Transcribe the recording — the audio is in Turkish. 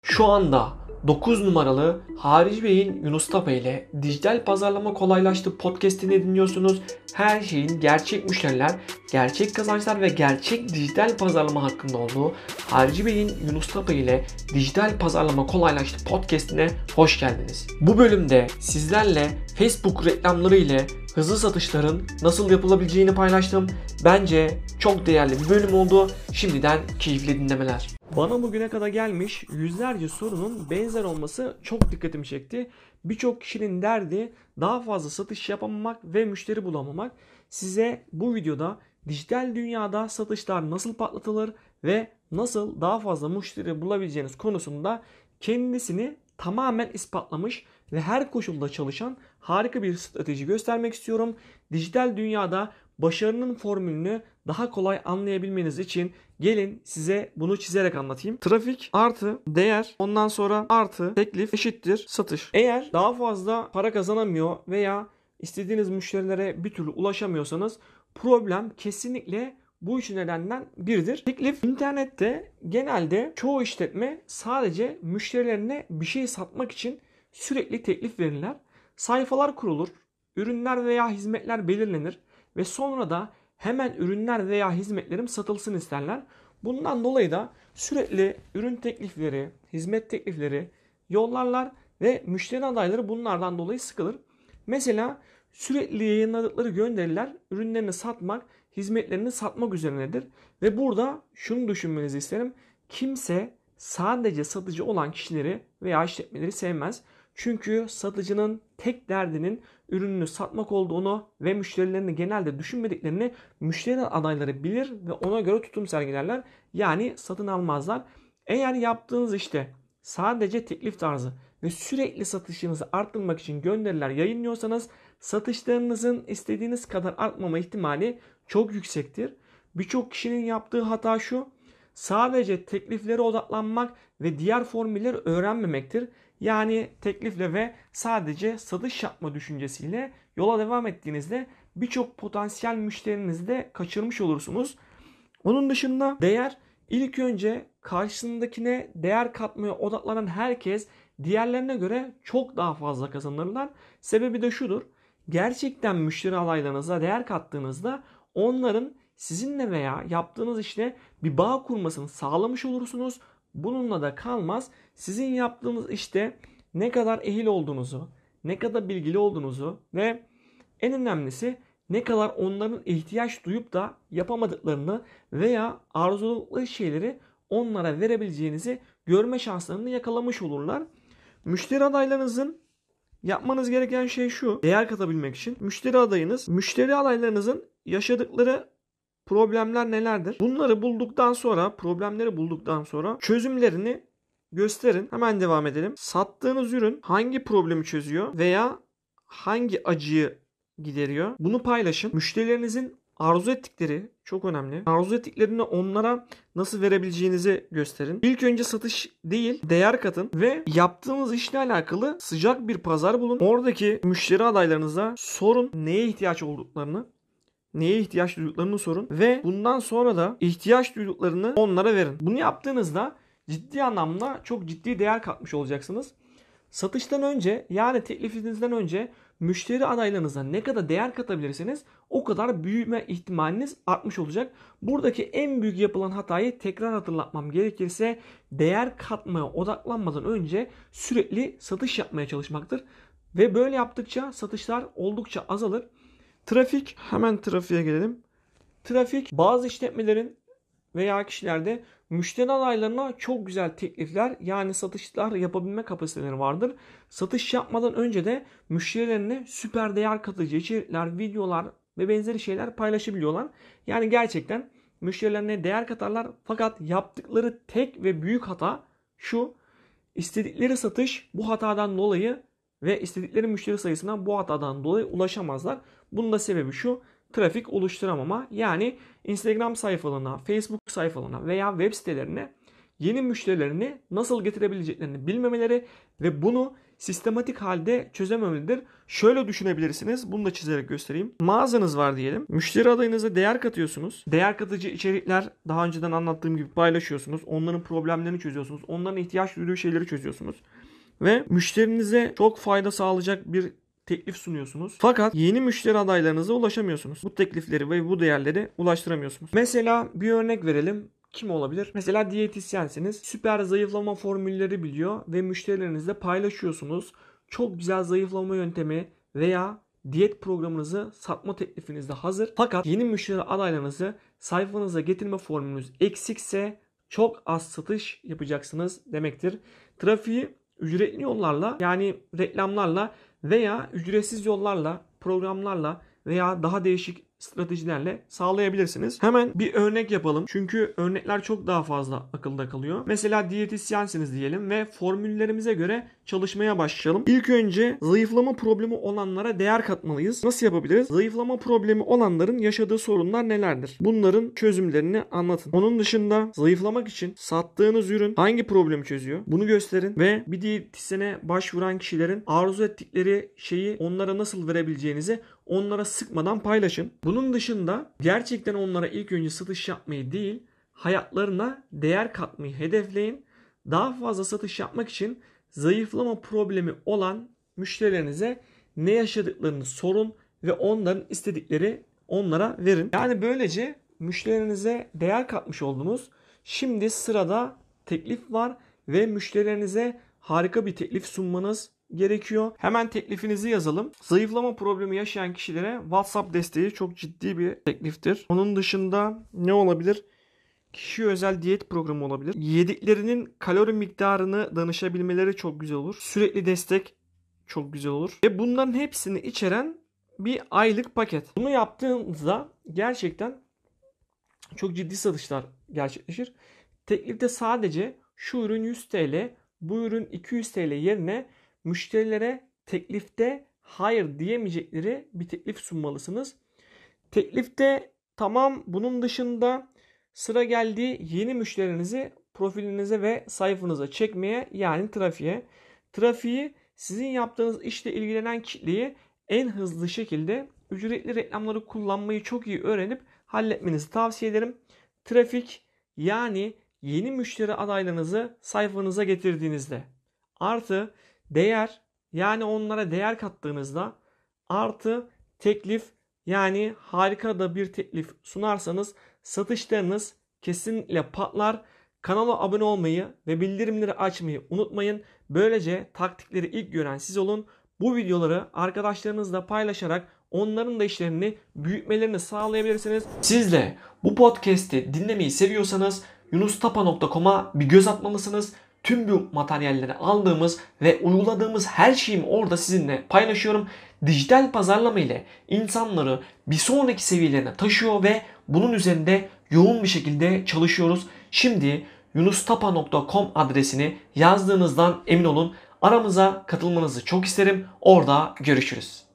Şu anda 9 numaralı Harici Bey'in Yunus Tapa ile Dijital Pazarlama Kolaylaştı podcast'ini dinliyorsunuz. Her şeyin gerçek müşteriler, gerçek kazançlar ve gerçek dijital pazarlama hakkında olduğu Harici Bey'in Yunus Tapa ile Dijital Pazarlama Kolaylaştı podcast'ine hoş geldiniz. Bu bölümde sizlerle Facebook reklamları ile hızlı satışların nasıl yapılabileceğini paylaştım. Bence çok değerli bir bölüm oldu. Şimdiden keyifli dinlemeler. Bana bugüne kadar gelmiş yüzlerce sorunun benzer olması çok dikkatimi çekti. Birçok kişinin derdi daha fazla satış yapamamak ve müşteri bulamamak. Size bu videoda dijital dünyada satışlar nasıl patlatılır ve nasıl daha fazla müşteri bulabileceğiniz konusunda kendisini tamamen ispatlamış ve her koşulda çalışan harika bir strateji göstermek istiyorum. Dijital dünyada başarının formülünü daha kolay anlayabilmeniz için gelin size bunu çizerek anlatayım. Trafik artı değer, ondan sonra artı teklif eşittir satış. Eğer daha fazla para kazanamıyor veya istediğiniz müşterilere bir türlü ulaşamıyorsanız problem kesinlikle bu üç nedenden biridir. Teklif, internette genelde çoğu işletme sadece müşterilerine bir şey satmak için sürekli teklif verirler. Sayfalar kurulur, ürünler veya hizmetler belirlenir ve sonra da hemen ürünler veya hizmetlerim satılsın isterler. Bundan dolayı da sürekli ürün teklifleri, hizmet teklifleri yollarlar ve müşteri adayları bunlardan dolayı sıkılır. Mesela sürekli yayınladıkları gönderiler ürünlerini satmak, hizmetlerini satmak üzerinedir. Ve burada şunu düşünmenizi isterim. Kimse sadece satıcı olan kişileri veya işletmeleri sevmez. Çünkü satıcının tek derdinin ürününü satmak olduğunu ve müşterilerini genelde düşünmediklerini müşteri adayları bilir ve ona göre tutum sergilerler. Yani satın almazlar. Eğer yaptığınız işte sadece teklif tarzı ve sürekli satışınızı arttırmak için gönderiler yayınlıyorsanız satışlarınızın istediğiniz kadar artmama ihtimali çok yüksektir. Birçok kişinin yaptığı hata şu: sadece tekliflere odaklanmak ve diğer formülleri öğrenmemektir. Yani teklifle ve sadece satış yapma düşüncesiyle yola devam ettiğinizde birçok potansiyel müşterinizi de kaçırmış olursunuz. Onun dışında değer, ilk önce karşısındakine değer katmaya odaklanan herkes diğerlerine göre çok daha fazla kazanırlar. Sebebi de şudur: gerçekten müşteri adaylarınıza değer kattığınızda onların sizinle veya yaptığınız işte bir bağ kurmasını sağlamış olursunuz. Bununla da kalmaz. Sizin yaptığınız işte ne kadar ehil olduğunuzu, ne kadar bilgili olduğunuzu ve en önemlisi ne kadar onların ihtiyaç duyup da yapamadıklarını veya arzuladıkları şeyleri onlara verebileceğinizi görme şanslarını yakalamış olurlar. Müşteri adaylarınızın yapmanız gereken şey şu: değer katabilmek için müşteri adaylarınızın yaşadıkları problemler nelerdir? Bunları bulduktan sonra, problemleri bulduktan sonra çözümlerini gösterin. Hemen devam edelim. Sattığınız ürün hangi problemi çözüyor veya hangi acıyı gideriyor? Bunu paylaşın. Müşterilerinizin arzu ettikleri çok önemli. Arzu ettiklerini onlara nasıl verebileceğinizi gösterin. İlk önce satış değil, değer katın ve yaptığınız işle alakalı sıcak bir pazar bulun. Oradaki müşteri adaylarınıza sorun neye ihtiyaç olduklarını, neye ihtiyaç duyduklarını sorun ve bundan sonra da ihtiyaç duyduklarını onlara verin. Bunu yaptığınızda ciddi anlamda çok ciddi değer katmış olacaksınız. Satıştan önce, yani teklifinizden önce müşteri adaylarınıza ne kadar değer katabilirseniz o kadar büyüme ihtimaliniz artmış olacak. Buradaki en büyük yapılan hatayı tekrar hatırlatmam gerekirse değer katmaya odaklanmadan önce sürekli satış yapmaya çalışmaktır. Ve böyle yaptıkça satışlar oldukça azalır. Trafik, hemen trafiğe gelelim. Trafik, bazı işletmelerin veya kişilerde müşteri adaylarına çok güzel teklifler, yani satışlar yapabilme kapasiteleri vardır. Satış yapmadan önce de müşterilerine süper değer katıcı içerikler, videolar ve benzeri şeyler paylaşabiliyorlar. Yani gerçekten müşterilerine değer katarlar, fakat yaptıkları tek ve büyük hata şu: istedikleri satış bu hatadan dolayı ve istedikleri müşteri sayısına bu hatadan dolayı ulaşamazlar. Bunun da sebebi şu: trafik oluşturamama. Yani Instagram sayfalarına, Facebook sayfalarına veya web sitelerine yeni müşterilerini nasıl getirebileceklerini bilmemeleri ve bunu sistematik halde çözememelidir. Şöyle düşünebilirsiniz. Bunu da çizerek göstereyim. Mağazanız var diyelim. Müşteri adayınıza değer katıyorsunuz. Değer katıcı içerikler daha önceden anlattığım gibi paylaşıyorsunuz. Onların problemlerini çözüyorsunuz. Onların ihtiyaç duyduğu şeyleri çözüyorsunuz. Ve müşterinize çok fayda sağlayacak bir teklif sunuyorsunuz. Fakat yeni müşteri adaylarınıza ulaşamıyorsunuz. Bu teklifleri ve bu değerleri ulaştıramıyorsunuz. Mesela bir örnek verelim. Kim olabilir? Mesela diyetisyensiniz. Süper zayıflama formülleri biliyor ve müşterilerinizle paylaşıyorsunuz. Çok güzel zayıflama yöntemi veya diyet programınızı satma teklifiniz de hazır. Fakat yeni müşteri adaylarınızı sayfanıza getirme formülünüz eksikse çok az satış yapacaksınız demektir. Trafiği ücretli yollarla, yani reklamlarla veya ücretsiz yollarla, programlarla veya daha değişik stratejilerle sağlayabilirsiniz. Hemen bir örnek yapalım. Çünkü örnekler çok daha fazla akılda kalıyor. Mesela diyetisyensiniz diyelim ve formüllerimize göre çalışmaya başlayalım. İlk önce zayıflama problemi olanlara değer katmalıyız. Nasıl yapabiliriz? Zayıflama problemi olanların yaşadığı sorunlar nelerdir? Bunların çözümlerini anlatın. Onun dışında zayıflamak için sattığınız ürün hangi problemi çözüyor? Bunu gösterin ve bir diyetisyene başvuran kişilerin arzu ettikleri şeyi onlara nasıl verebileceğinizi onlara sıkmadan paylaşın. Bunun dışında gerçekten onlara ilk önce satış yapmayı değil, hayatlarına değer katmayı hedefleyin. Daha fazla satış yapmak için zayıflama problemi olan müşterilerinize ne yaşadıklarını sorun ve onların istedikleri onlara verin. Yani böylece müşterilerinize değer katmış oldunuz. Şimdi sırada teklif var ve müşterilerinize harika bir teklif sunmanız gerekiyor. Hemen teklifinizi yazalım. Zayıflama problemi yaşayan kişilere WhatsApp desteği çok ciddi bir tekliftir. Onun dışında ne olabilir? Kişi özel diyet programı olabilir. Yediklerinin kalori miktarını danışabilmeleri çok güzel olur. Sürekli destek çok güzel olur. Ve bunların hepsini içeren bir aylık paket. Bunu yaptığınızda gerçekten çok ciddi satışlar gerçekleşir. Teklifte sadece şu ürün 100 TL, bu ürün 200 TL yerine müşterilere teklifte hayır diyemeyecekleri bir teklif sunmalısınız. Teklifte tamam, bunun dışında sıra geldiği yeni müşterinizi profilinize ve sayfanıza çekmeye, yani trafiğe. Trafiği sizin yaptığınız işle ilgilenen kitleyi en hızlı şekilde ücretli reklamları kullanmayı çok iyi öğrenip halletmenizi tavsiye ederim. Trafik, yani yeni müşteri adaylarınızı sayfanıza getirdiğinizde, artı değer, yani onlara değer kattığınızda, artı teklif, yani harika da bir teklif sunarsanız satışlarınız kesinlikle patlar. Kanala abone olmayı ve bildirimleri açmayı unutmayın. Böylece taktikleri ilk gören siz olun. Bu videoları arkadaşlarınızla paylaşarak onların da işlerini büyütmelerini sağlayabilirsiniz. Siz de bu podcast'i dinlemeyi seviyorsanız yunustapa.com'a bir göz atmalısınız. Tüm bu materyalleri aldığımız ve uyguladığımız her şeyimi orada sizinle paylaşıyorum. Dijital pazarlama ile insanları bir sonraki seviyelerine taşıyor ve bunun üzerinde yoğun bir şekilde çalışıyoruz. Şimdi yunustapa.com adresini yazdığınızdan emin olun. Aramıza katılmanızı çok isterim. Orada görüşürüz.